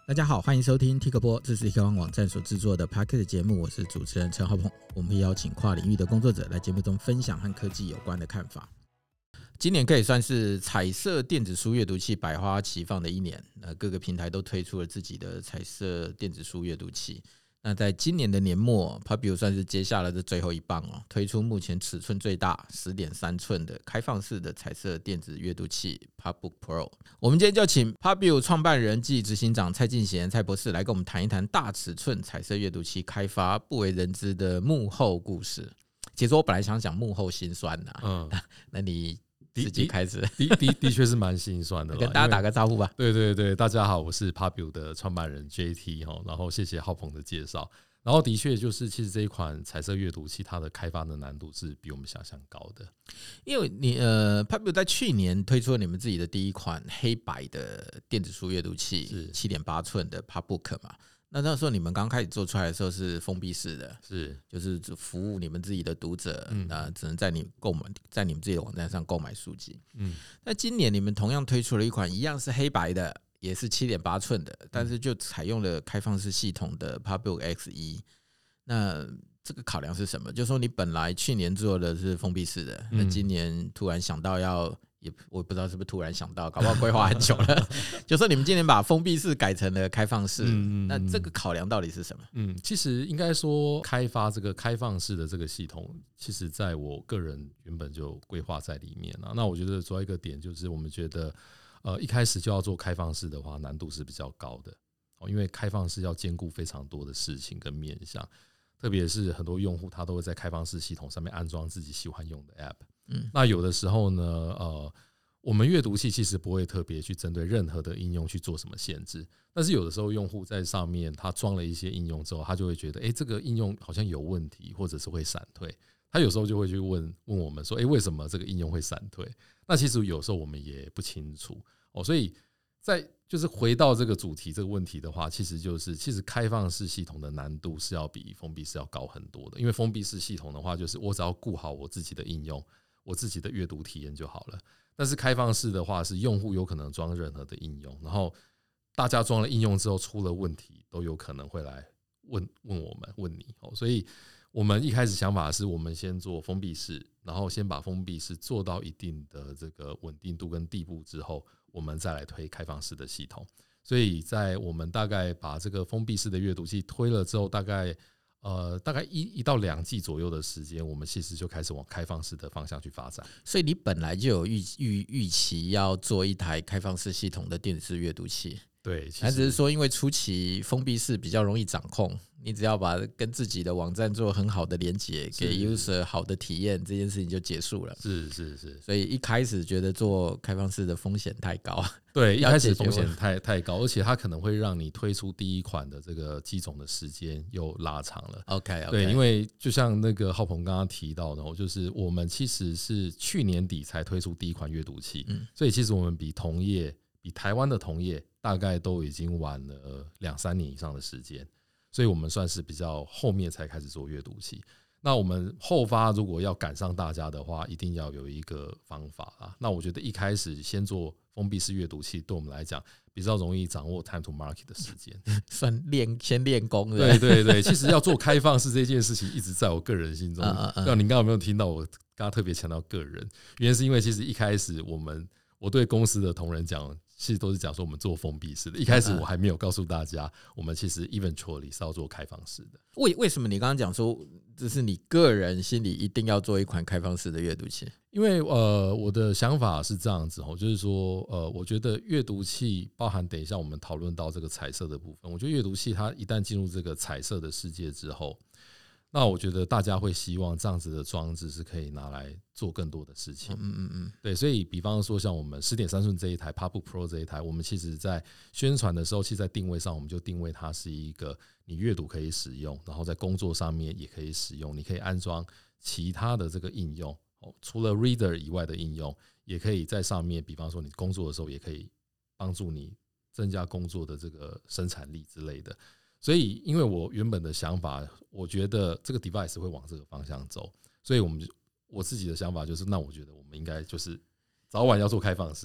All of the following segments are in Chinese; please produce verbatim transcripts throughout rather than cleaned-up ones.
大家好，欢迎收听 Tik 播，这是 Tik 网站所制作的 Podcast 节目，我是主持人陈浩鹏。我们会邀请跨领域的工作者来节目中分享和科技有关的看法。今年可以算是彩色电子书阅读器百花齐放的一年，呃，各个平台都推出了自己的彩色电子书阅读器。那在今年的年末 Pubu 算是接下了这最后一棒哦，推出目前尺寸最大 十点三寸的开放式的彩色电子阅读器 Pubu Pro。我们今天就请 Pubu 创办人暨执行长蔡进贤蔡博士来跟我们谈一谈大尺寸彩色阅读器开发不为人知的幕后故事。其实我本来想讲幕后辛酸的、啊，嗯，那你自己开始， 的的的确是蛮心酸的啦， 跟大家打个招呼吧。 对对对，大家好，我是 Pubu 的创办人 J T 哈，然后谢谢浩鹏的介绍。然后的确就是，其实这一款彩色阅读器，它的开发的难度是比我们想象高的。 因为你呃 ，Pubu 在去年推出了你们自己的第一款黑白的电子书阅读器，是 七点八寸的 Pubook 嘛。那那时候你们刚开始做出来的时候是封闭式的，是就是服务你们自己的读者，嗯、呃，只能在你购买在你们自己的网站上购买书籍。嗯，那今年你们同样推出了一款一样是黑白的，也是 七点八寸的，但是就采用了开放式系统的 Pubook X 一。那这个考量是什么？就是说你本来去年做的是封闭式的，嗯、那今年突然想到要。也我不知道是不是突然想到，搞不好规划很久了。就说你们今年把封闭式改成了开放式，嗯、那这个考量到底是什么？ 嗯，其实应该说，开发这个开放式的这个系统，其实在我个人原本就规划在里面了。那我觉得主要一个点就是，我们觉得，呃，一开始就要做开放式的话，难度是比较高的，因为开放式要兼顾非常多的事情跟面向，特别是很多用户他都会在开放式系统上面安装自己喜欢用的 App。嗯，那有的时候呢，呃，我们阅读器其实不会特别去针对任何的应用去做什么限制，但是有的时候用户在上面他装了一些应用之后，他就会觉得，哎、欸，这个应用好像有问题，或者是会闪退，他有时候就会去问问我们说，哎、欸，为什么这个应用会闪退？那其实有时候我们也不清楚哦，所以在就是回到这个主题这个问题的话，其实就是其实开放式系统的难度是要比封闭式要高很多的，因为封闭式系统的话，就是我只要顾好我自己的应用。我自己的阅读体验就好了，但是开放式的话是用户有可能装任何的应用，然后大家装了应用之后出了问题，都有可能会来问问我们问你，所以我们一开始想法是我们先做封闭式，然后先把封闭式做到一定的这个稳定度跟地步之后，我们再来推开放式的系统。所以在我们大概把这个封闭式的阅读器推了之后，大概呃，大概一一到两季左右的时间，我们其实就开始往开放式的方向去发展。 所以你本来就有预预预期要做一台开放式系统的电子阅读器， 对， 还只是说因为初期封闭式比较容易掌控，你只要把跟自己的网站做很好的连接，给 user 好的体验，这件事情就结束了。 是是是， 所以一开始觉得做开放式的风险太高， 对，一开始风险太太高，而且它可能会让你推出第一款的这个机种的时间又拉长了。 OK，, okay 对，因为就像那个浩鹏刚刚提到的，就是我们其实是去年底才推出第一款阅读器，嗯、所以其实我们比同业，比台湾的同业大概都已经晚了两三年以上的时间，所以我们算是比较后面才开始做阅读器。那我们后发如果要赶上大家的话，一定要有一个方法啦。那我觉得一开始先做封闭式阅读器，对我们来讲比较容易掌握 time to market 的时间， 算练先练功。 对对对，其实要做开放式这件事情，一直在我个人心中。那您刚刚有没有听到我刚刚特别强调个人？原因是因为其实一开始我们我对公司的同仁讲。其实都是讲说我们做封闭式的，一开始我还没有告诉大家，我们其实 eventually 是要做开放式的。 为为什么你刚刚讲说这是你个人心里一定要做一款开放式的阅读器？ 因为呃，我的想法是这样子哦，就是说呃，我觉得阅读器包含等一下我们讨论到这个彩色的部分，我觉得阅读器它一旦进入这个彩色的世界之后。那我觉得大家会希望这样子的装置是可以拿来做更多的事情，嗯嗯嗯，对，所以比方说像我们 十点三寸这一台 Pubook Pro 这一台，我们其实在宣传的时候，其实在定位上我们就定位它是一个你阅读可以使用，然后在工作上面也可以使用，你可以安装其他的这个应用，除了 Reader 以外的应用，也可以在上面，比方说你工作的时候也可以帮助你增加工作的这个生产力之类的。所以因为我原本的想法，我觉得这个 device 会往这个方向走，所以我们我自己的想法就是，那我觉得我们应该就是早晚要做开放式的。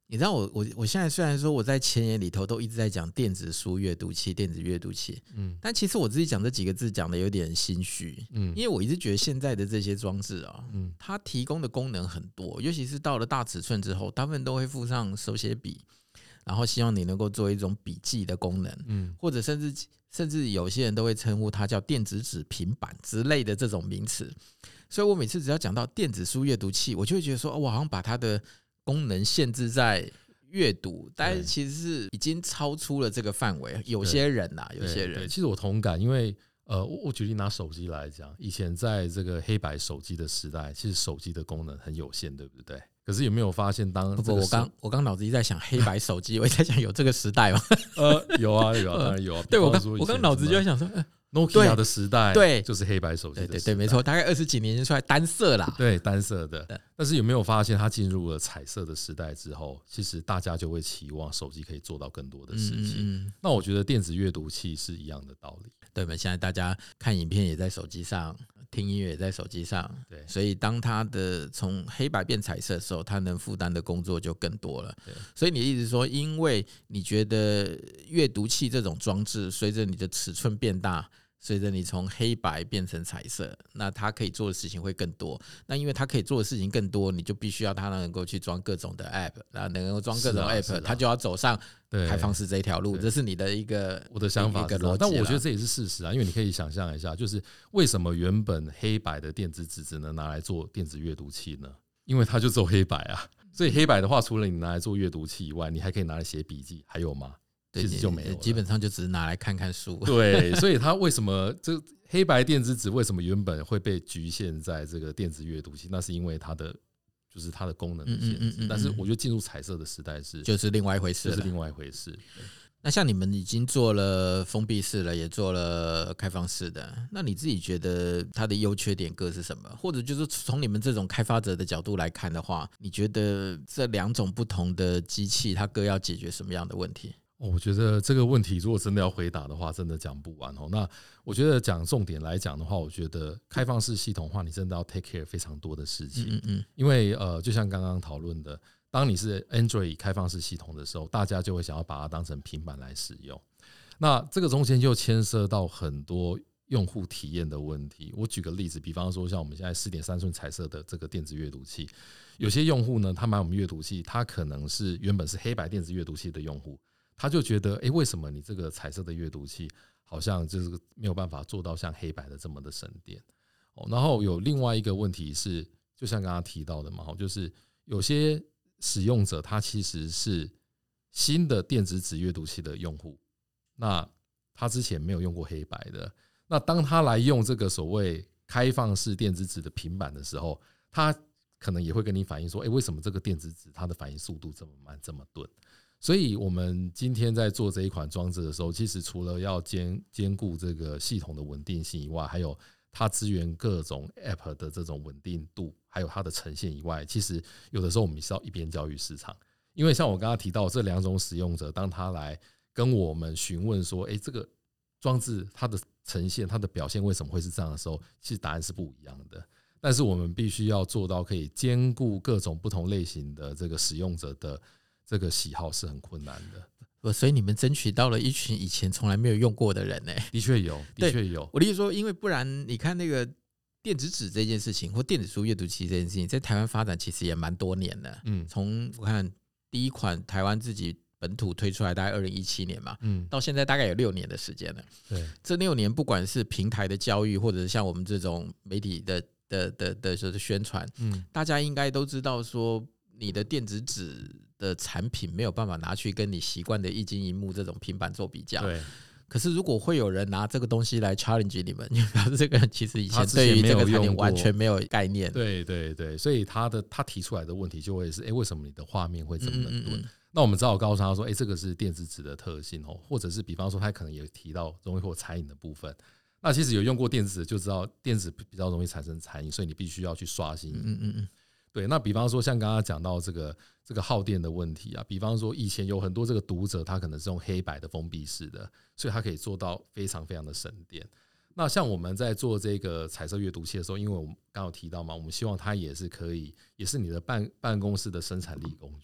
你知道我我我现在虽然说我在前言里头都一直在讲电子书阅读器、电子阅读器，嗯，但其实我自己讲这几个字讲的有点心虚，嗯，因为我一直觉得现在的这些装置啊，嗯，它提供的功能很多，尤其是到了大尺寸之后，大部分都会附上手写笔，然后希望你能够做一种笔记的功能，嗯，或者甚至甚至有些人都会称呼它叫电子纸平板之类的这种名词，所以我每次只要讲到电子书阅读器，我就会觉得说，哦，我好像把它的功能限制在阅读，但是其实是已经超出了这个范围。有些人呐、啊，有些人， 其实我同感，因为呃，我举例拿手机来讲，以前在这个黑白手机的时代，其实手机的功能很有限，对不对？可是有没有发现当，当不不，我刚我刚脑子一直在想黑白手机，我也在想有这个时代吗？ 呃，有啊有啊，当然有啊。 对我刚我刚脑子就在想说，呃 Nokia 的时代， 对， 就是黑白手机的时代， 对对对，没错，大概二十几年前出来单色啦， 对，单色的。但是有没有发现，它进入了彩色的时代之后，其实大家就会期望手机可以做到更多的事情。嗯嗯，那我觉得电子阅读器是一样的道理。 对嘛，现在大家看影片也在手机上，听音乐也在手机上，对，所以当它的从黑白变彩色的时候，它能负担的工作就更多了。所以你的意思说，因为你觉得阅读器这种装置，随着你的尺寸变大，随着你从黑白变成彩色，那它可以做的事情会更多。那因为它可以做的事情更多，你就必须要它能够去装各种的 app， 那能够装各种 app，、啊啊、它就要走上开放式这一条路。这是你的一个我的想法，但我觉得这也是事实啊。因为你可以想象一下，就是为什么原本黑白的电子纸只能拿来做电子阅读器呢？因为它就只有黑白啊。所以黑白的话，除了你拿来做阅读器以外，你还可以拿来写笔记，还有吗？其实就没有了， 基本上就只是拿来看看书。 对，所以它为什么这黑白电子纸为什么原本会被局限在这个电子阅读器？那是因为它的就是它的功能的限制。嗯嗯嗯嗯，但是我觉得进入彩色的时代是就是另外一回事了， 就是另外一回事。 那像你们已经做了封闭式了，也做了开放式的，那你自己觉得它的优缺点各是什么？或者就是从你们这种开发者的角度来看的话，你觉得这两种不同的机器，它各要解决什么样的问题？ 哦，我觉得这个问题如果真的要回答的话，真的讲不完哦。那我觉得讲重点来讲的话，我觉得开放式系统的话，你真的要 take care 非常多的事情。嗯嗯，因为呃，就像刚刚讨论的，当你是 Android 开放式系统的时候，大家就会想要把它当成平板来使用。那这个中间就牵涉到很多用户体验的问题。我举个例子，比方说像我们现在 四点三 寸彩色的这个电子阅读器，有些用户呢，他买我们阅读器，他可能是原本是黑白电子阅读器的用户。他就觉得，哎、欸，为什么你这个彩色的阅读器好像就是没有办法做到像黑白的这么的省电？哦，然后有另外一个问题是，就像刚刚提到的嘛，就是有些使用者他其实是新的电子纸阅读器的用户，那他之前没有用过黑白的，那当他来用这个所谓开放式电子纸的平板的时候，他可能也会跟你反映说，哎、欸，为什么这个电子纸它的反应速度这么慢，这么钝？所以我们今天在做这一款装置的时候，其实除了要兼兼顾这个系统的稳定性以外，还有它支援各种 App 的这种稳定度，还有它的呈现以外，其实有的时候我们是要一边教育市场。因为像我刚刚提到这两种使用者，当他来跟我们询问说，哎、欸，这个装置它的呈现、它的表现为什么会是这样的时候，其实答案是不一样的。但是我们必须要做到可以兼顾各种不同类型的这个使用者的这个喜好是很困难的， 所以你们争取到了一群以前从来没有用过的人呢、欸。 的确有，的确有。 我的意思说，因为不然，你看那个电子纸这件事情，或电子书阅读器这件事情，在台湾发展其实也蛮多年了。嗯，从我看第一款台湾自己本土推出来，大概二零一七年嘛，嗯，到现在大概有六年的时间了。对，这六年不管是平台的教育，或者是像我们这种媒体的的的的的宣传，嗯，大家应该都知道说，你的电子纸的产品没有办法拿去跟你习惯的液晶萤幕这种平板做比较。对。可是如果会有人拿这个东西来 challenge 你们，表示这个人其实以前对于这个产品完全没有概念。 对对对，所以他的他提出来的问题就会是：哎、欸，为什么你的画面会这么的钝？嗯嗯嗯，那我们只好告诉他说：哎、欸，这个是电子纸的特性哦，或者是比方说他可能也提到容易会有残影的部分。那其实有用过电子就知道，电子比较容易产生残影，所以你必须要去刷新。嗯嗯嗯。对，那比方说像刚刚讲到这个这个耗电的问题啊，比方说以前有很多这个读者，他可能是用黑白的封闭式的，所以他可以做到非常非常的省电。那像我们在做这个彩色阅读器的时候，因为我们刚刚有提到嘛，我们希望它也是可以，也是你的办办公室的生产力工具，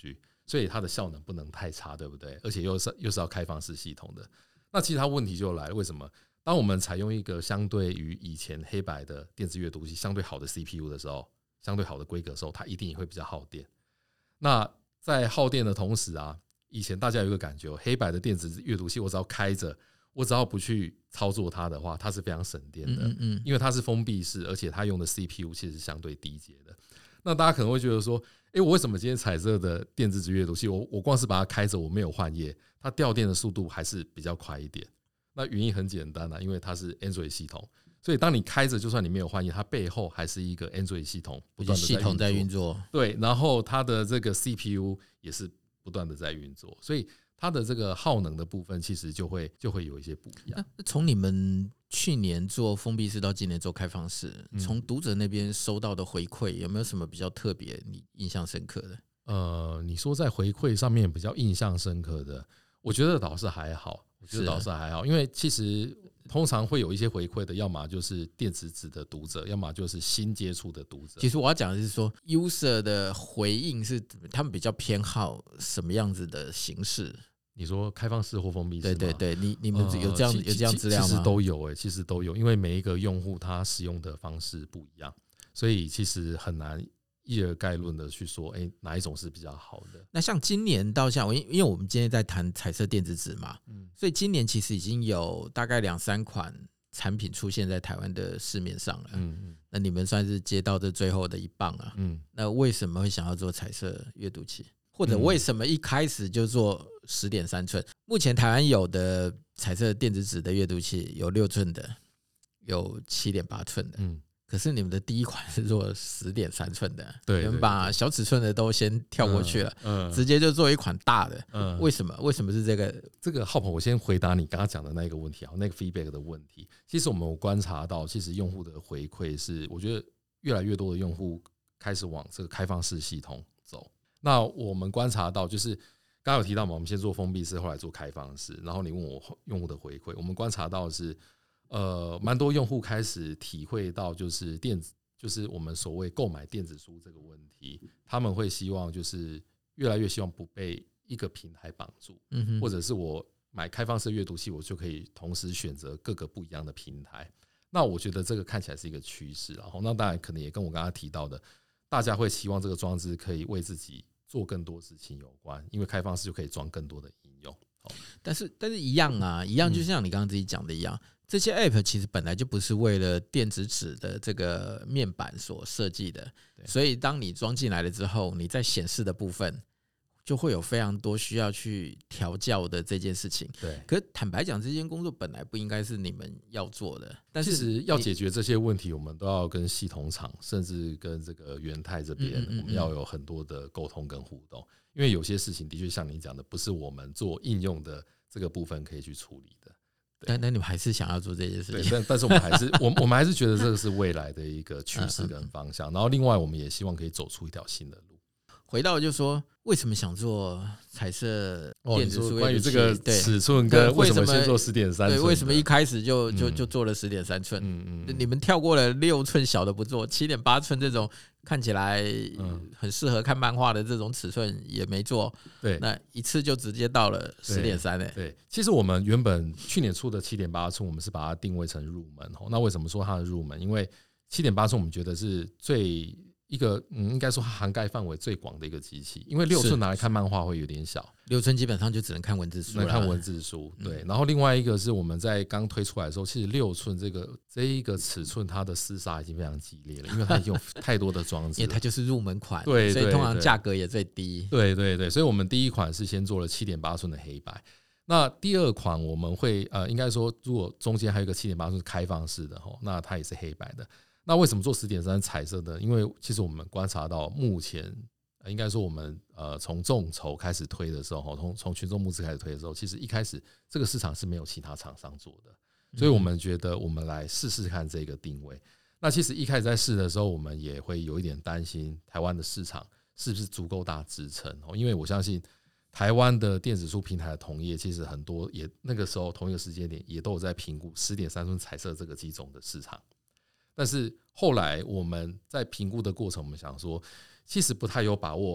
所以它的效能不能太差，对不对？而且又是又是要开放式系统的，那其实它问题就来了，为什么？当我们采用一个相对于以前黑白的电子阅读器相对好的 C P U 的时候，相对好的规格的时候，它一定也会比较耗电。那在耗电的同时啊，以前大家有一个感觉，黑白的电子阅读器我只要开着，我只要不去操作它的话，它是非常省电的，嗯嗯因为它是封闭式，而且它用的 C P U 其实是相对低阶的。那大家可能会觉得说，哎，我为什么今天彩色的电子纸阅读器，我我光是把它开着，我没有换页，它掉电的速度还是比较快一点？那原因很简单啊，因为它是 Android 系统，所以当你开着，就算你没有换页，它背后还是一个 Android 系统不断的系统在运作。 对，然后它的这个 C P U 也是不断的在运作，所以它的这个耗能的部分其实就会就会有一些不一样。 从你们去年做封闭式到今年做开放式，从读者那边收到的回馈，有没有什么比较特别、你印象深刻的？ 呃，你说在回馈上面比较印象深刻的，我觉得倒是还好。我觉得倒是还好，因为其实通常会有一些回馈的，要么就是电子纸的读者，要么就是新接触的读者。 其实我要讲的是说 ，user 的回应是他们比较偏好什么样子的形式？ 你说开放式或封闭式？ 对对对，你你们有这样、呃、有这样资料吗？ 其实都有哎、欸，其实都有，因为每一个用户他使用的方式不一样，所以其实很难一而概论的去说，哎、欸，哪一种是比较好的？ 那像今年到现在，因为我们今天在谈彩色电子纸嘛，嗯，所以今年其实已经有大概两三款产品出现在台湾的市面上了，嗯嗯，那你们算是接到这最后的一棒啊，嗯，那为什么会想要做彩色阅读器，或者为什么一开始就做十点三寸？目前台湾有的彩色电子纸的阅读器有六寸的，有七点八寸的，嗯。可是你们的第一款是做十点三寸的， 对， 你们把小尺寸的都先跳过去了，嗯，直接就做一款大的，嗯，为什么？为什么是这个？ 这个浩鹏，我先回答你刚刚讲的那个问题啊，那个 feedback 的问题。其实我们有观察到，其实用户的回馈是，我觉得越来越多的用户开始往这个开放式系统走。那我们观察到，就是刚刚有提到嘛，我们先做封闭式，后来做开放式，然后你问我用户的回馈，我们观察到的是。呃，蛮多用户开始体会到，就是电子，就是我们所谓购买电子书这个问题，他们会希望就是越来越希望不被一个平台绑住，嗯，或者是我买开放式阅读器，我就可以同时选择各个不一样的平台。那我觉得这个看起来是一个趋势，然后那当然可能也跟我刚刚提到的，大家会希望这个装置可以为自己做更多事情有关，因为开放式就可以装更多的应用。 但是但是一样啊，一样就像你刚刚自己讲的一样，这些 App 其实本来就不是为了电子纸的这个面板所设计的，所以当你装进来了之后，你在显示的部分就会有非常多需要去调教的这件事情。 对， 可是坦白讲，这件工作本来不应该是你们要做的。但是其实要解决这些问题，我们都要跟系统厂，甚至跟这个元泰这边，我们要有很多的沟通跟互动。因为有些事情的确像你讲的，不是我们做应用的这个部分可以去处理的。 但但你们还是想要做这件事情， 对，但但是我们还是我我们还是觉得这个是未来的一个趋势跟方向。然后另外我们也希望可以走出一条新的路。 回到就说为什么想做彩色电子书、 哦、关于这个尺寸跟为什么先做十点三寸？ 对，为什么一开始就就就做了十点三寸？嗯嗯，你们跳过了六寸小的不做，七点八寸这种看起来很适合看漫画的这种尺寸也没做。 对， 那一次就直接到了十点三诶。 对，其实我们原本去年出的七点八寸，我们是把它定位成入门。那为什么说它的入门？因为七点八寸我们觉得是最。一个嗯，应该说涵盖范围最广的一个机器，因为六寸拿来看漫画会有点小， 六寸基本上就只能看文字书， 能看文字书。对，然后另外一个是我们在刚推出来的时候，其实六寸这个这一个尺寸，它的厮杀已经非常激烈了，因为它已经有太多的装置， 因为它就是入门款， 对， 所以通常价格也最低。 对对对，所以我们第一款是先做了七点八寸的黑白，那第二款我们会呃，应该说如果中间还有一个七点八寸开放式的吼，那它也是黑白的。那为什么做十点三彩色呢？因为其实我们观察到，目前应该说我们呃从众筹开始推的时候，从从群众募资开始推的时候，其实一开始这个市场是没有其他厂商做的，所以我们觉得我们来试试看这个定位。那其实一开始在试的时候，我们也会有一点担心台湾的市场是不是足够大支撑，因为我相信台湾的电子书平台的同业，其实很多也那个时候同一个时间点也都有在评估十点三寸彩色这个机种的市场。但是后来我们在评估的过程，我们想说，其实不太有把握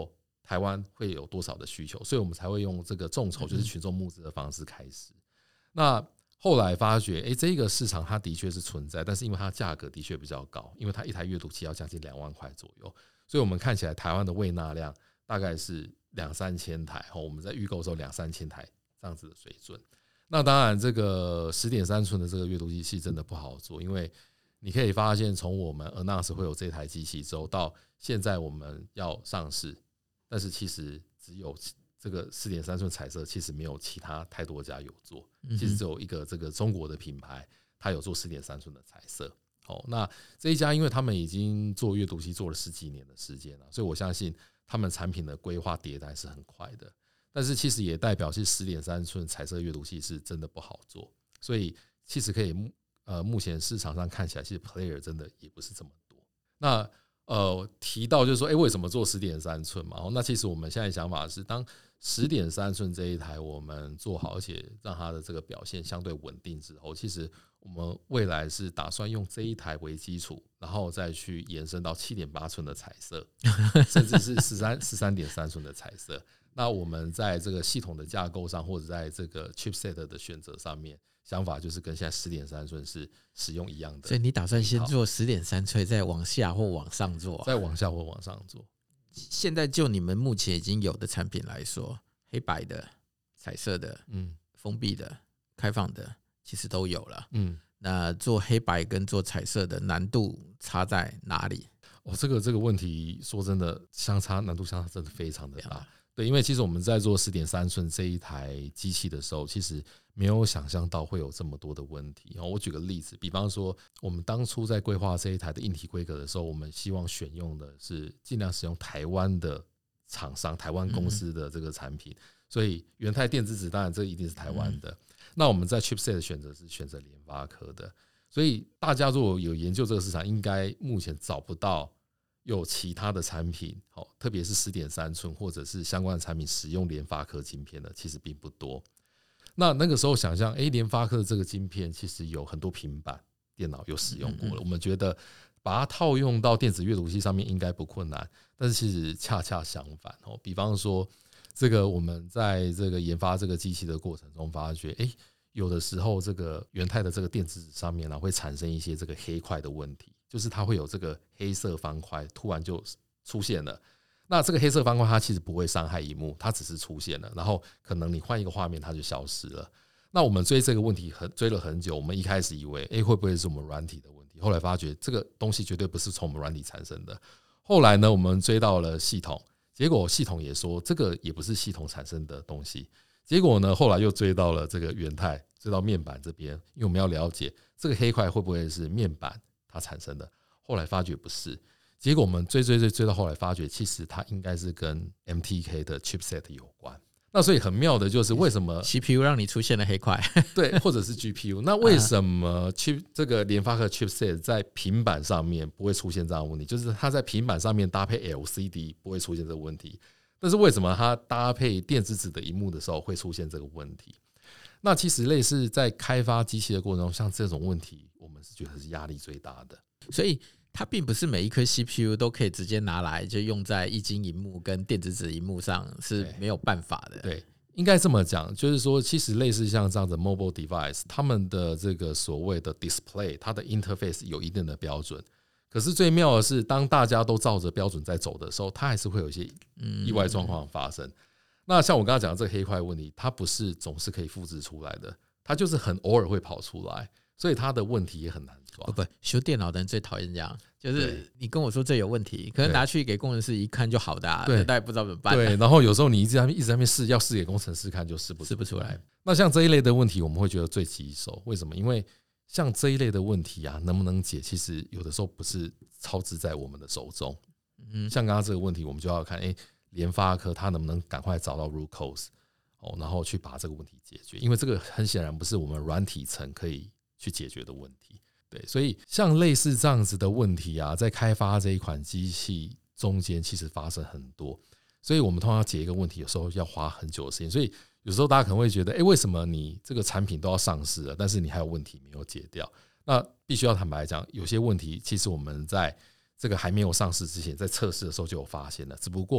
台湾会有多少的需求，所以我们才会用这个众筹，就是群众募资的方式开始。那后来发觉，哎，这个市场它的确是存在，但是因为它价格的确比较高，因为它一台阅读器要将近两万块左右，所以我们看起来台湾的喂纳量大概是两三千台，我们在预购的时候两三千台这样子的水准。那当然，这个十点三寸的这个阅读机器真的不好做，因为你可以发现，从我们 announce 会有这台机器之后，到现在我们要上市，但是其实只有这个四点三寸彩色，其实没有其他太多家有做，其实只有一个这个中国的品牌，它有做四点三寸的彩色。哦，那这一家因为他们已经做阅读器做了十几年的时间了，所以我相信他们产品的规划迭代是很快的。但是其实也代表是十点三寸彩色阅读器是真的不好做，所以其实可以呃，目前市场上看起来，其实 player 真的也不是这么多。那呃，提到就是说，哎、欸，为什么做十点三寸嘛？那其实我们现在想法是，当十点三寸这一台我们做好，而且让它的这个表现相对稳定之后，其实我们未来是打算用这一台为基础，然后再去延伸到七点八寸的彩色，甚至是十三十三点三寸的彩色。那我们在这个系统的架构上，或者在这个 chipset 的选择上面，想法就是跟现在十点三寸是使用一样的。 所以你打算先做十点三寸，再往下或往上做、啊？ 再往下或往上做。 现在就你们目前已经有的产品来说，黑白的、彩色的、嗯、封闭的、开放的，其实都有了。嗯，那做黑白跟做彩色的难度差在哪里？ 哦，这个这个问题说真的，相差难度相差真的非常的大。对，因为其实我们在做十点三寸这一台机器的时候，其实没有想象到会有这么多的问题。我举个例子，比方说我们当初在规划这一台的硬体规格的时候，我们希望选用的是尽量使用台湾的厂商、台湾公司的这个产品，所以元泰电子纸当然这一定是台湾的。那我们在 chipset 的选择是选择联发科的，所以大家如果有研究这个市场，应该目前找不到有其他的产品，特别是十点三寸或者是相关的产品使用联发科晶片的，其实并不多。那那个时候想象，哎，联发科的这个晶片其实有很多平板电脑有使用过了，我们觉得把它套用到电子阅读器上面应该不困难，但是其实恰恰相反。比方说，这个我们在这个研发这个机器的过程中发觉，哎，有的时候这个元泰的这个电子纸上面呢，会产生一些这个黑块的问题，就是它会有这个黑色方块突然就出现了。那这个黑色方块它其实不会伤害萤幕，它只是出现了，然后可能你换一个画面它就消失了。那我们追这个问题很追了很久，我们一开始以为，哎，会不会是我们软体的问题？后来发觉这个东西绝对不是从我们软体产生的。后来呢，我们追到了系统，结果系统也说这个也不是系统产生的东西。结果呢，后来又追到了这个元泰，追到面板这边，因为我们要了解这个黑块会不会是面板它产生的。后来发觉不是，结果我们追追追追到后来发觉，其实它应该是跟 M T K 的 chipset 有关。那所以很妙的就是为什么 C P U 让你出现了黑块， 对，或者是 G P U， 那为什么 chip 这个联发科 chipset 在平板上面不会出现这样的问题？就是它在平板上面搭配 L C D 不会出现这个问题，但是为什么它搭配电子纸的萤幕的时候会出现这个问题？那其实类似在开发机器的过程中，像这种问题，我们是觉得是压力最大的。 所以它并不是每一颗 C P U 都可以直接拿来就用在液晶萤幕跟电子纸萤幕上，是没有办法的。 对，应该这么讲，就是说，其实类似像这样的 mobile device， 他们的这个所谓的 display， 它的 interface 有一定的标准。可是最妙的是，当大家都照着标准在走的时候，它还是会有一些意外状况发生。那像我刚刚讲的这个黑块问题，它不是总是可以复制出来的，它就是很偶尔会跑出来，所以它的问题也很难抓。 不不，修电脑的人最讨厌这样，就是你跟我说这有问题，可能拿去给工程师一看就好的、啊，对，大家不知道怎么办。 对，然后有时候你一直在一直在那边试，要试给工程师看就试不试不出来。 那像这一类的问题，我们会觉得最棘手，为什么？因为像这一类的问题啊，能不能解，其实有的时候不是操之在我们的手中。嗯，像刚刚这个问题，我们就要看，哎、欸，联发科它能不能赶快找到 root cause， 哦，然后去把这个问题解决，因为这个很显然不是我们软体层可以去解决的问题。对，所以像类似这样子的问题啊，在开发这一款机器中间，其实发生很多。所以我们通常要解一个问题，有时候要花很久的时间。所以有时候大家可能会觉得，哎、欸，为什么你这个产品都要上市了，但是你还有问题没有解掉？那必须要坦白讲，有些问题其实我们在这个还没有上市之前，在测试的时候就有发现了，只不过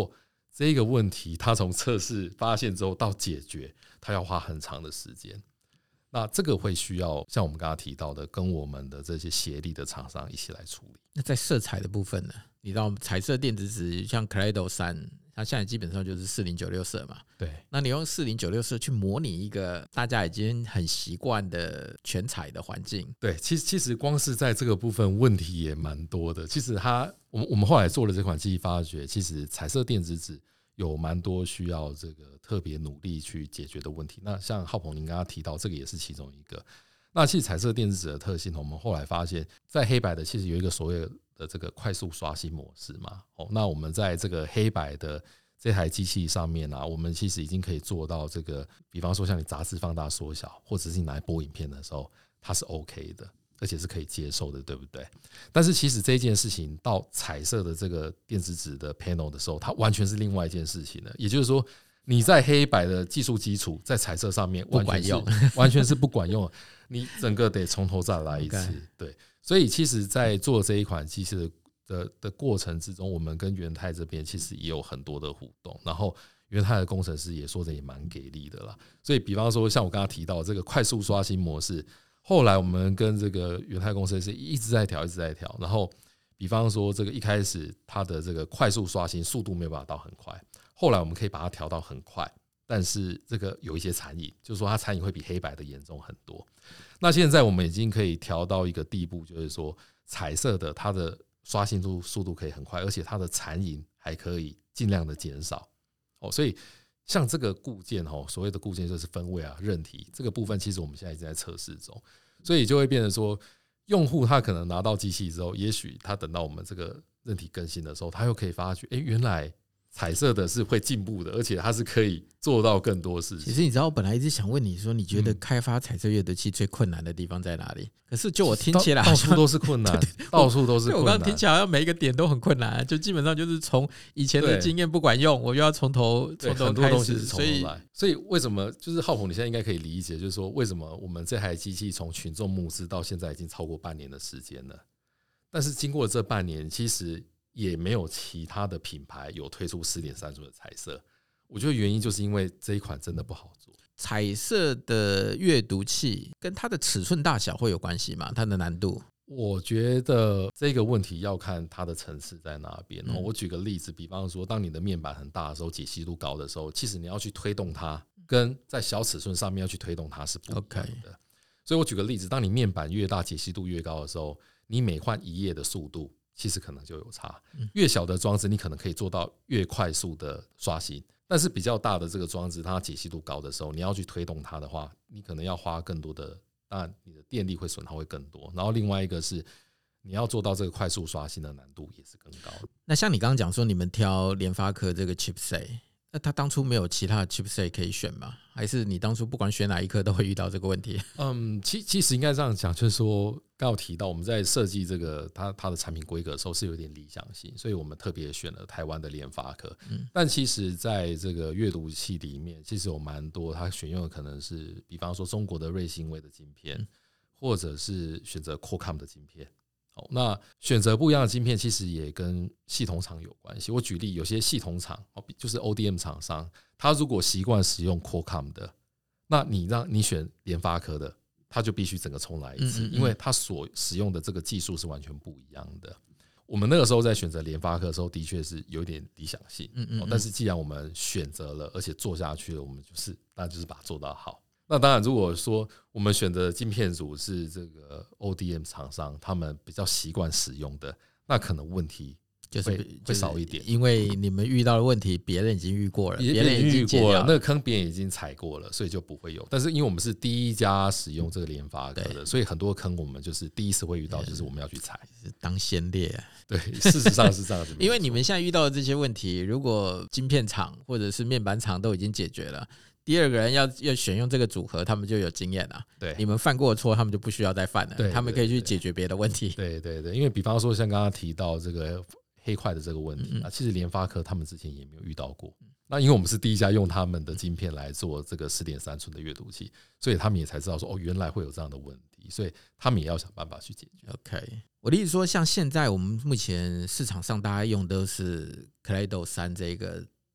这一个问题，它从测试发现之后到解决，它要花很长的时间。那这个会需要像我们刚刚提到的，跟我们的这些协力的厂商一起来处理。 那在色彩的部分呢？你知道彩色电子纸像 Kaleido 三，它现在基本上就是四零九六色嘛。 对， 那你用四零九六色去模拟一个大家已经很习惯的全彩的环境。 对，其实其实光是在这个部分问题也蛮多的。其实它，我们我们后来做了这款机器，发觉其实彩色电子纸有蛮多需要这个特别努力去解决的问题。那像浩鹏您刚刚提到，这个也是其中一个。那其实彩色电子纸的特性，我们后来发现，在黑白的其实有一个所谓的这个快速刷新模式嘛。哦，那我们在这个黑白的这台机器上面啊，我们其实已经可以做到这个，比方说像你杂志放大缩小，或者是你拿来播影片的时候，它是 OK 的，而且是可以接受的，对不对？但是其实这件事情到彩色的这个电子纸的 panel 的时候，它完全是另外一件事情了。也就是说，你在黑白的技术基础，在彩色上面完全是不管用， 完全是不管用的，你整个得从头再来一次。 Okay. 对，所以其实，在做这一款机器的的的过程之中，我们跟元太这边其实也有很多的互动，然后元太的工程师也说的也蛮给力的啦。所以，比方说像我刚刚提到这个快速刷新模式，后来我们跟这个元太工程师一直在调，一直在调。然后，比方说这个一开始它的这个快速刷新速度没有办法到很快，后来我们可以把它调到很快。但是这个有一些残影，就是说它残影会比黑白的严重很多。那现在我们已经可以调到一个地步，就是说彩色的它的刷新度速度可以很快，而且它的残影还可以尽量的减少。哦，所以像这个固件哦，所谓的固件就是分位啊、韧体这个部分，其实我们现在已经在测试中，所以就会变成说，用户他可能拿到机器之后，也许他等到我们这个韧体更新的时候，他又可以发觉，哎、欸，原来彩色的是会进步的，而且它是可以做到更多事情。 其实你知道，我本来一直想问你说，你觉得开发彩色阅读器最困难的地方在哪里？可是就我听起来， 到处都是困难，到处都是困难。 我刚刚听起来，好像每一个点都很困难，就基本上就是从以前的经验不管用，我又要从头从头开始， 所以所以为什么就是浩鹏，你现在应该可以理解，就是说为什么我们这台机器从群众募资到现在已经超过半年的时间了，但是经过这半年，其实也没有其他的品牌有推出 四点三 寸的彩色。我觉得原因就是因为这一款真的不好做。 彩色的阅读器跟它的尺寸大小会有关系吗？它的难度？ 我觉得这个问题要看它的层次在哪边。 嗯、 我举个例子，比方说，当你的面板很大的时候，解析度高的时候，其实你要去推动它，跟在小尺寸上面要去推动它是不一样的。Okay. 所以我举个例子，当你面板越大，解析度越高的时候，你每换一页的速度其实可能就有差。越小的装置，你可能可以做到越快速的刷新。但是比较大的这个装置，它解析度高的时候，你要去推动它的话，你可能要花更多的，当然你的电力会损耗会更多。然后另外一个是，你要做到这个快速刷新的难度也是更高。 那像你刚刚讲说，你们挑联发科这个 chipset， 那他当初没有其他的 chipset 可以选吗？还是你当初不管选哪一颗都会遇到这个问题？ 嗯，其其实应该这样讲，就是说刚刚提到我们在设计这个它它的产品规格的时候是有点理想性，所以我们特别选了台湾的联发科。嗯，但其实在这个阅读器里面，其实有蛮多它选用的可能是，比方说中国的瑞信威的晶片，或者是选择 Qualcomm 的晶片。好，那选择不一样的晶片，其实也跟系统厂有关系。我举例，有些系统厂就是 O D M 厂商，他如果习惯使用 Qualcomm 的，那你让你选联发科的，他就必须整个重来一次，因为他所使用的这个技术是完全不一样的。我们那个时候在选择联发科的时候，的确是有点理想性，但是既然我们选择了，而且做下去了，我们就是当然就是把它做到好。那当然，如果说我们选择的晶片组是这个 O D M 厂商，他们比较习惯使用的，那可能问题就是会少一点， 因为你们遇到的问题，别人已经遇过了， 别人已经遇过了，那个坑别人已经踩过了，所以就不会有。但是因为我们是第一家使用这个联发科的，所以很多坑我们就是第一次会遇到，就是我们要去踩， 当先烈、啊。 对，事实上是这样子。 因为你们现在遇到的这些问题，如果晶片厂或者是面板厂都已经解决了。第二个人要要选用这个组合，他们就有经验了。 对， 你们犯过的错，他们就不需要再犯了。 对， 他们可以去解决别的问题。 对对对，因为比方说像刚刚提到这个黑块的这个问题、嗯、其实联发科他们之前也没有遇到过。那因为我们是第一家用他们的晶片来做这个 四点三 寸的阅读器，所以他们也才知道说哦，原来会有这样的问题，所以他们也要想办法去解决。 OK， 我的意思说，像现在我们目前市场上大家用都是 Kaleido 三这个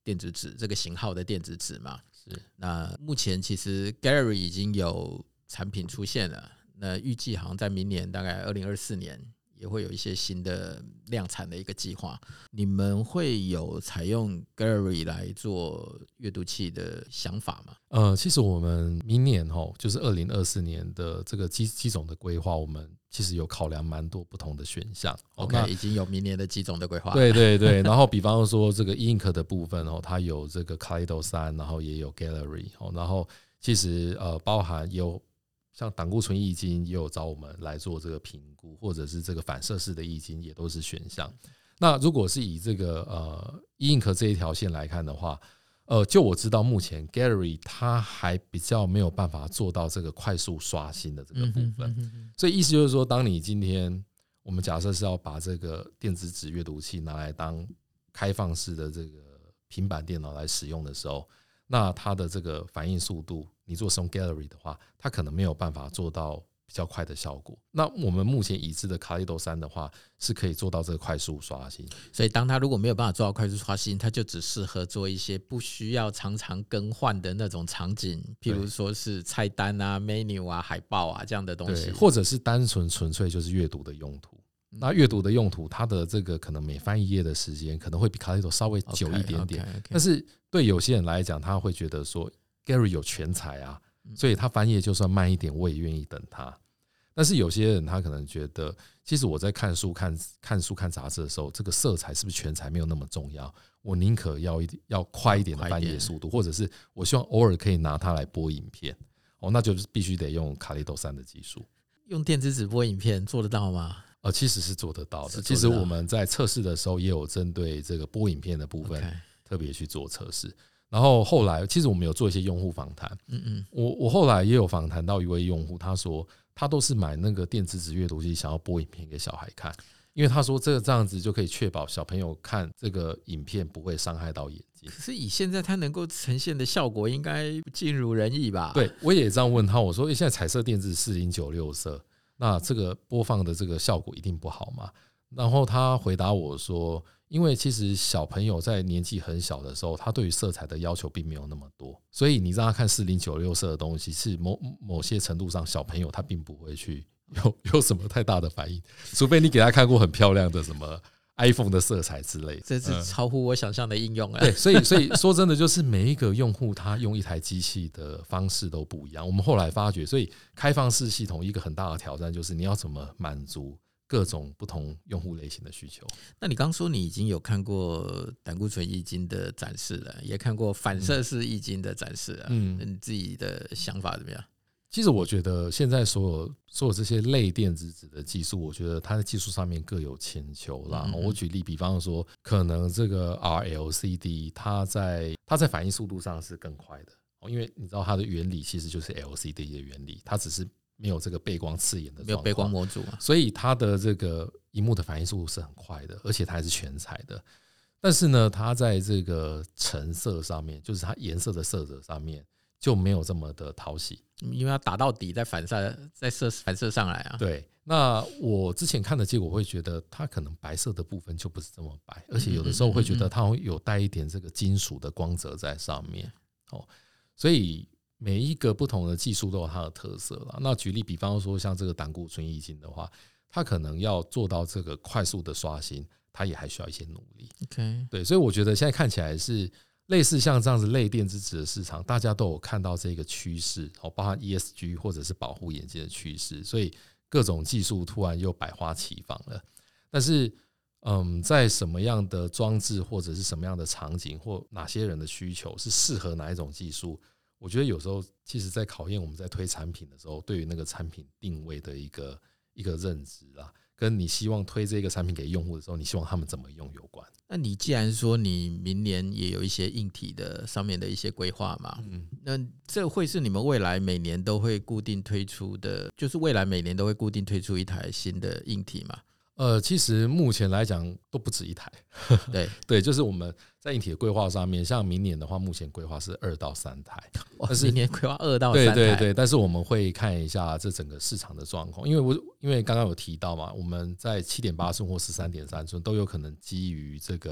电子纸这个型号的电子纸嘛。 是。 那目前其实 Gallery 已经有产品出现了，那预计好像在明年大概二零二四年也会有一些新的量产的一个计划。你们会有采用 Gallery 来做阅读器的想法吗？ 呃，其实我们明年齁，就是二零二四年的这个机机种的规划，我们其实有考量蛮多不同的选项。 OK， 已经有明年的机种的规划。 对对对，然后比方说这个 E-Ink 的部分哦，它有这个 Kaleido 三，然后也有 Gallery 哦，然后其实呃包含也有像胆固醇液晶也有找我们来做这个评估，或者是这个反射式的液晶也都是选项。那如果是以这个呃 E-Ink 这一条线来看的话，呃，就我知道目前 Gallery 它还比较没有办法做到这个快速刷新的这个部分，所以意思就是说，当你今天我们假设是要把这个电子纸阅读器拿来当开放式的这个平板电脑来使用的时候，那它的这个反应速度，你做使用 Gallery 的话，它可能没有办法做到比较快的效果。那我们目前已知的 Kaleido 三的话，是可以做到这个快速刷新。 所以当它如果没有办法做到快速刷新，它就只适合做一些不需要常常更换的那种场景，譬如说是菜单啊、menu 啊、海报啊这样的东西， 或者是单纯纯粹就是阅读的用途。那阅读的用途，它的这个可能每翻一页的时间可能会比 Kaleido 稍微久一点点， okay, okay, okay. 但是对有些人来讲，他会觉得说 Gallery 有全彩啊，所以他翻页就算慢一点，我也愿意等他。但是有些人他可能觉得，其实我在看书、看看书、看杂志的时候，这个色彩是不是全彩没有那么重要，我宁可要一要快一点的翻页速度，或者是我希望偶尔可以拿它来播影片，哦，那就必须得用 Kaleido 三的技术。 用电子纸播影片做得到吗？ 呃，其实是做得到的。 到其实我们在测试的时候也有针对这个播影片的部分 okay. 特别去做测试。然后后来，其实我们有做一些用户访谈。 嗯嗯， 我我后来也有访谈到一位用户，他说他都是买那个电子纸阅读器，想要播影片给小孩看，因为他说这个这样子就可以确保小朋友看这个影片不会伤害到眼睛。 可是以现在它能够呈现的效果，应该尽如人意吧？ 对，我也这样问他，我说：“欸，现在彩色电子四零九六色。”那这个播放的这个效果一定不好嘛？然后他回答我说，因为其实小朋友在年纪很小的时候，他对于色彩的要求并没有那么多，所以你让他看四零九六色的东西，是某某些程度上，小朋友他并不会去有有什么太大的反应，除非你给他看过很漂亮的什么 iPhone 的色彩之类的， 这是超乎我想象的应用了。 对，所以所以说真的就是每一个用户他用一台机器的方式都不一样。我们后来发觉，所以开放式系统一个很大的挑战就是你要怎么满足各种不同用户类型的需求。 那你刚说你已经有看过胆固醇液晶的展示了，也看过反射式液晶的展示了，嗯，你自己的想法怎么样？ 其实我觉得现在所有所有这些类电子纸的技术，我觉得它在技术上面各有千秋啦。我举例，比方说，可能这个 R L C D 它在它在反应速度上是更快的，因为你知道它的原理其实就是 L C D 的原理，它只是没有这个背光刺眼的状况， 没有背光模组啊， 所以它的这个萤幕的反应速度是很快的，而且它还是全彩的。但是呢，它在这个成色上面，就是它颜色的色泽上面就没有这么的讨喜， 因为它打到底再反射再射反射上来啊。 对，那我之前看的结果会觉得它可能白色的部分就不是这么白，而且有的时候会觉得它有带一点这个金属的光泽在上面。哦，所以每一个不同的技术都有它的特色啦。那举例，比方说像这个胆固醇液晶的话，它可能要做到这个快速的刷新，它也还需要一些努力。 OK， 对，所以我觉得现在看起来是类似像这样子类电子纸的市场，大家都有看到这个趋势，包含 E S G 或者是保护眼睛的趋势，所以各种技术突然又百花齐放了。但是，嗯，在什么样的装置或者是什么样的场景或哪些人的需求是适合哪一种技术，我觉得有时候其实在考验我们在推产品的时候，对于那个产品定位的一个一个认知啦，跟你希望推这个产品给用户的时候，你希望他们怎么用有关。 那你既然说你明年也有一些硬体的上面的一些规划嘛，嗯，那这会是你们未来每年都会固定推出的，就是未来每年都会固定推出一台新的硬体嘛？ 呃，其实目前来讲都不止一台， 对对，就是我们在硬体的规划上面，像明年的话，目前规划是二到三台， 但是明年规划二到三台， 对对对，但是我们会看一下这整个市场的状况，因为我因为刚刚有提到嘛，我们在七点八寸或十三点三寸都有可能基于这个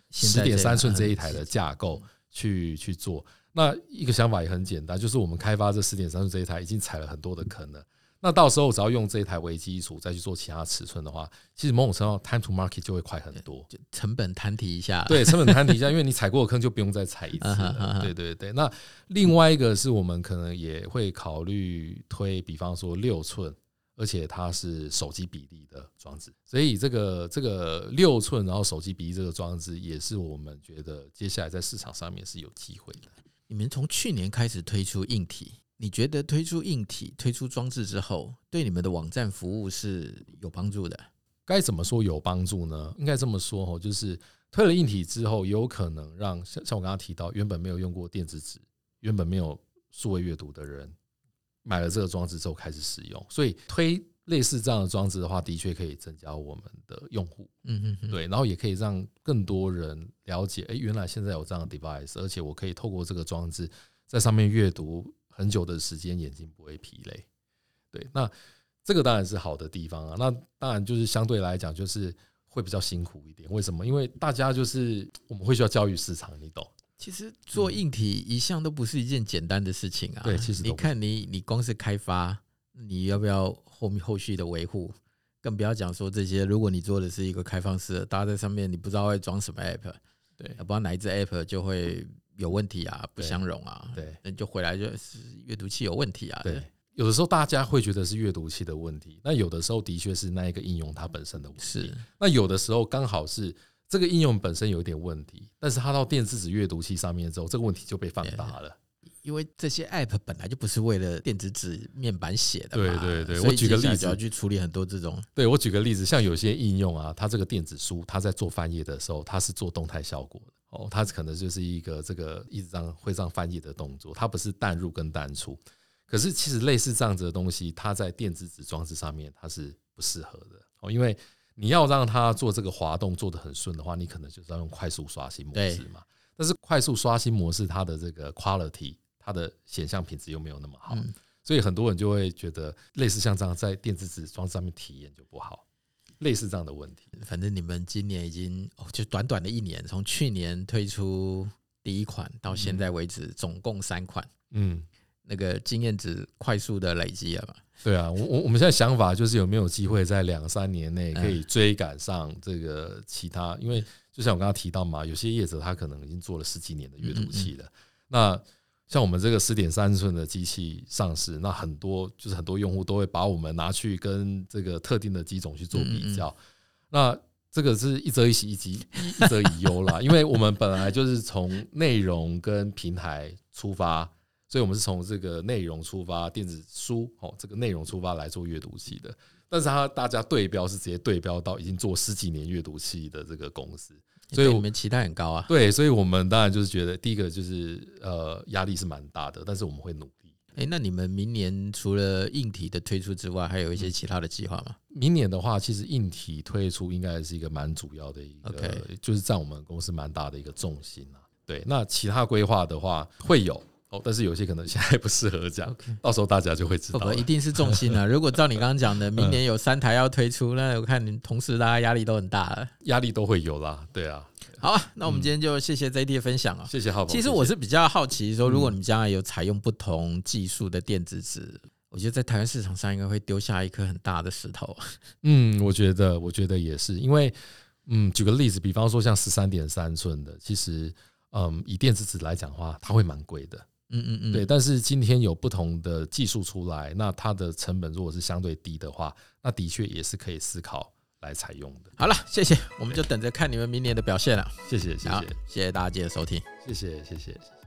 十点三寸这一台的架构去去做。那一个想法也很简单，就是我们开发这十点三寸这一台已经踩了很多的坑了。那到时候只要用这一台为基础再去做其他尺寸的话，其实某种程度 time to market 就会快很多， 就成本摊提一下。 对，成本摊提一下，因为你踩过的坑就不用再踩一次了。对对对。那另外一个是我们可能也会考虑推，比方说六寸，而且它是手机比例的装置，所以这个这个六寸然后手机比例这个装置也是我们觉得接下来在市场上面是有机会的。 你们从去年开始推出硬体，你觉得推出硬体、推出装置之后，对你们的网站服务是有帮助的？ 该怎么说有帮助呢？应该这么说，就是推了硬体之后，有可能让像我刚刚提到，原本没有用过电子纸、原本没有数位阅读的人，买了这个装置之后开始使用，所以推类似这样的装置的话，的确可以增加我们的用户。嗯嗯，对，然后也可以让更多人了解，哎，原来现在有这样的 device， 而且我可以透过这个装置在上面阅读很久的时间，眼睛不会疲累。对，那这个当然是好的地方啊。那当然就是相对来讲，就是会比较辛苦一点。为什么？因为大家就是我们会需要教育市场，你懂。 其实做硬体一向都不是一件简单的事情啊。 对，其实你看你你光是开发，你要不要后面后续的维护？更不要讲说这些，如果你做的是一个开放式的，大家在上面你不知道会装什么 app， 对，不知道哪一支 app 就会有问题啊，不相容啊，对，那就回来就是阅读器有问题啊。 对，有的时候大家会觉得是阅读器的问题，那有的时候的确是那一个应用它本身的问题。是，那有的时候刚好是这个应用本身有一点问题，但是它到电子纸阅读器上面之后，这个问题就被放大了。 因为这些 app 本来就不是为了电子纸面板写的嘛。 对对对，我举个例子， 就要去处理很多这种。 对，我举个例子，像有些应用啊，它这个电子书，它在做翻页的时候，它是做动态效果的哦，它可能就是一个这个一直这样会这样翻页的动作，它不是淡入跟淡出。可是其实类似这样子的东西，它在电子纸装置上面它是不适合的哦，因为你要让它做这个滑动做得很顺的话，你可能就是要用快速刷新模式嘛。但是快速刷新模式它的这个 quality，它的显像品质又没有那么好，嗯，所以很多人就会觉得类似像这样在电子纸装置上面体验就不好，类似这样的问题。 反正你们今年已经哦，就短短的一年，从去年推出第一款到现在为止，总共三款，嗯，那个经验值快速的累积了嘛？ 对啊，我我们现在想法就是有没有机会在两三年内可以追赶上这个其他，因为就像我刚刚提到嘛，有些业者他可能已经做了十几年的阅读器了，嗯嗯，那像我们这个 十点三寸的机器上市，那很多就是很多用户都会把我们拿去跟这个特定的机种去做比较，嗯嗯，那这个是一则以喜，一则以忧啦，因为我们本来就是从内容跟平台出发，所以我们是从这个内容出发，电子书哦，这个内容出发来做阅读器的，但是它大家对标是直接对标到已经做十几年阅读器的这个公司。 所以我们期待很高啊。 对，所以我们当然就是觉得，第一个就是呃压力是蛮大的，但是我们会努力。 欸，那你们明年除了硬体的推出之外，还有一些其他的计划吗？ 明年的话，其实硬体推出应该是一个蛮主要的一个， okay， 就是占我们公司蛮大的一个重心啊。对，那其他规划的话会有。哦，但是有些可能现在不适合讲， okay， 到时候大家就会知道了。 不不，一定是重心啊！如果照你刚刚讲的，明年有三台要推出，那我看你同事大家压力都很大了， 压力都会有啦。对啊， 好啊，那我们今天就谢谢 J T 的分享啊， 谢谢浩鹏。 其实我是比较好奇说，如果你将来有采用不同技术的电子纸，我觉得在台湾市场上应该会丢下一颗很大的石头。 嗯，我觉得，我觉得也是，因为嗯，举个例子，比方说像十三点三寸的，其实嗯，以电子纸来讲的话，它会蛮贵的。嗯嗯嗯，对，但是今天有不同的技术出来，那它的成本如果是相对低的话，那的确也是可以思考来采用的。 好了，谢谢，我们就等着看你们明年的表现了。 谢谢，谢谢， 谢谢大家今天的收听， 谢谢，谢谢。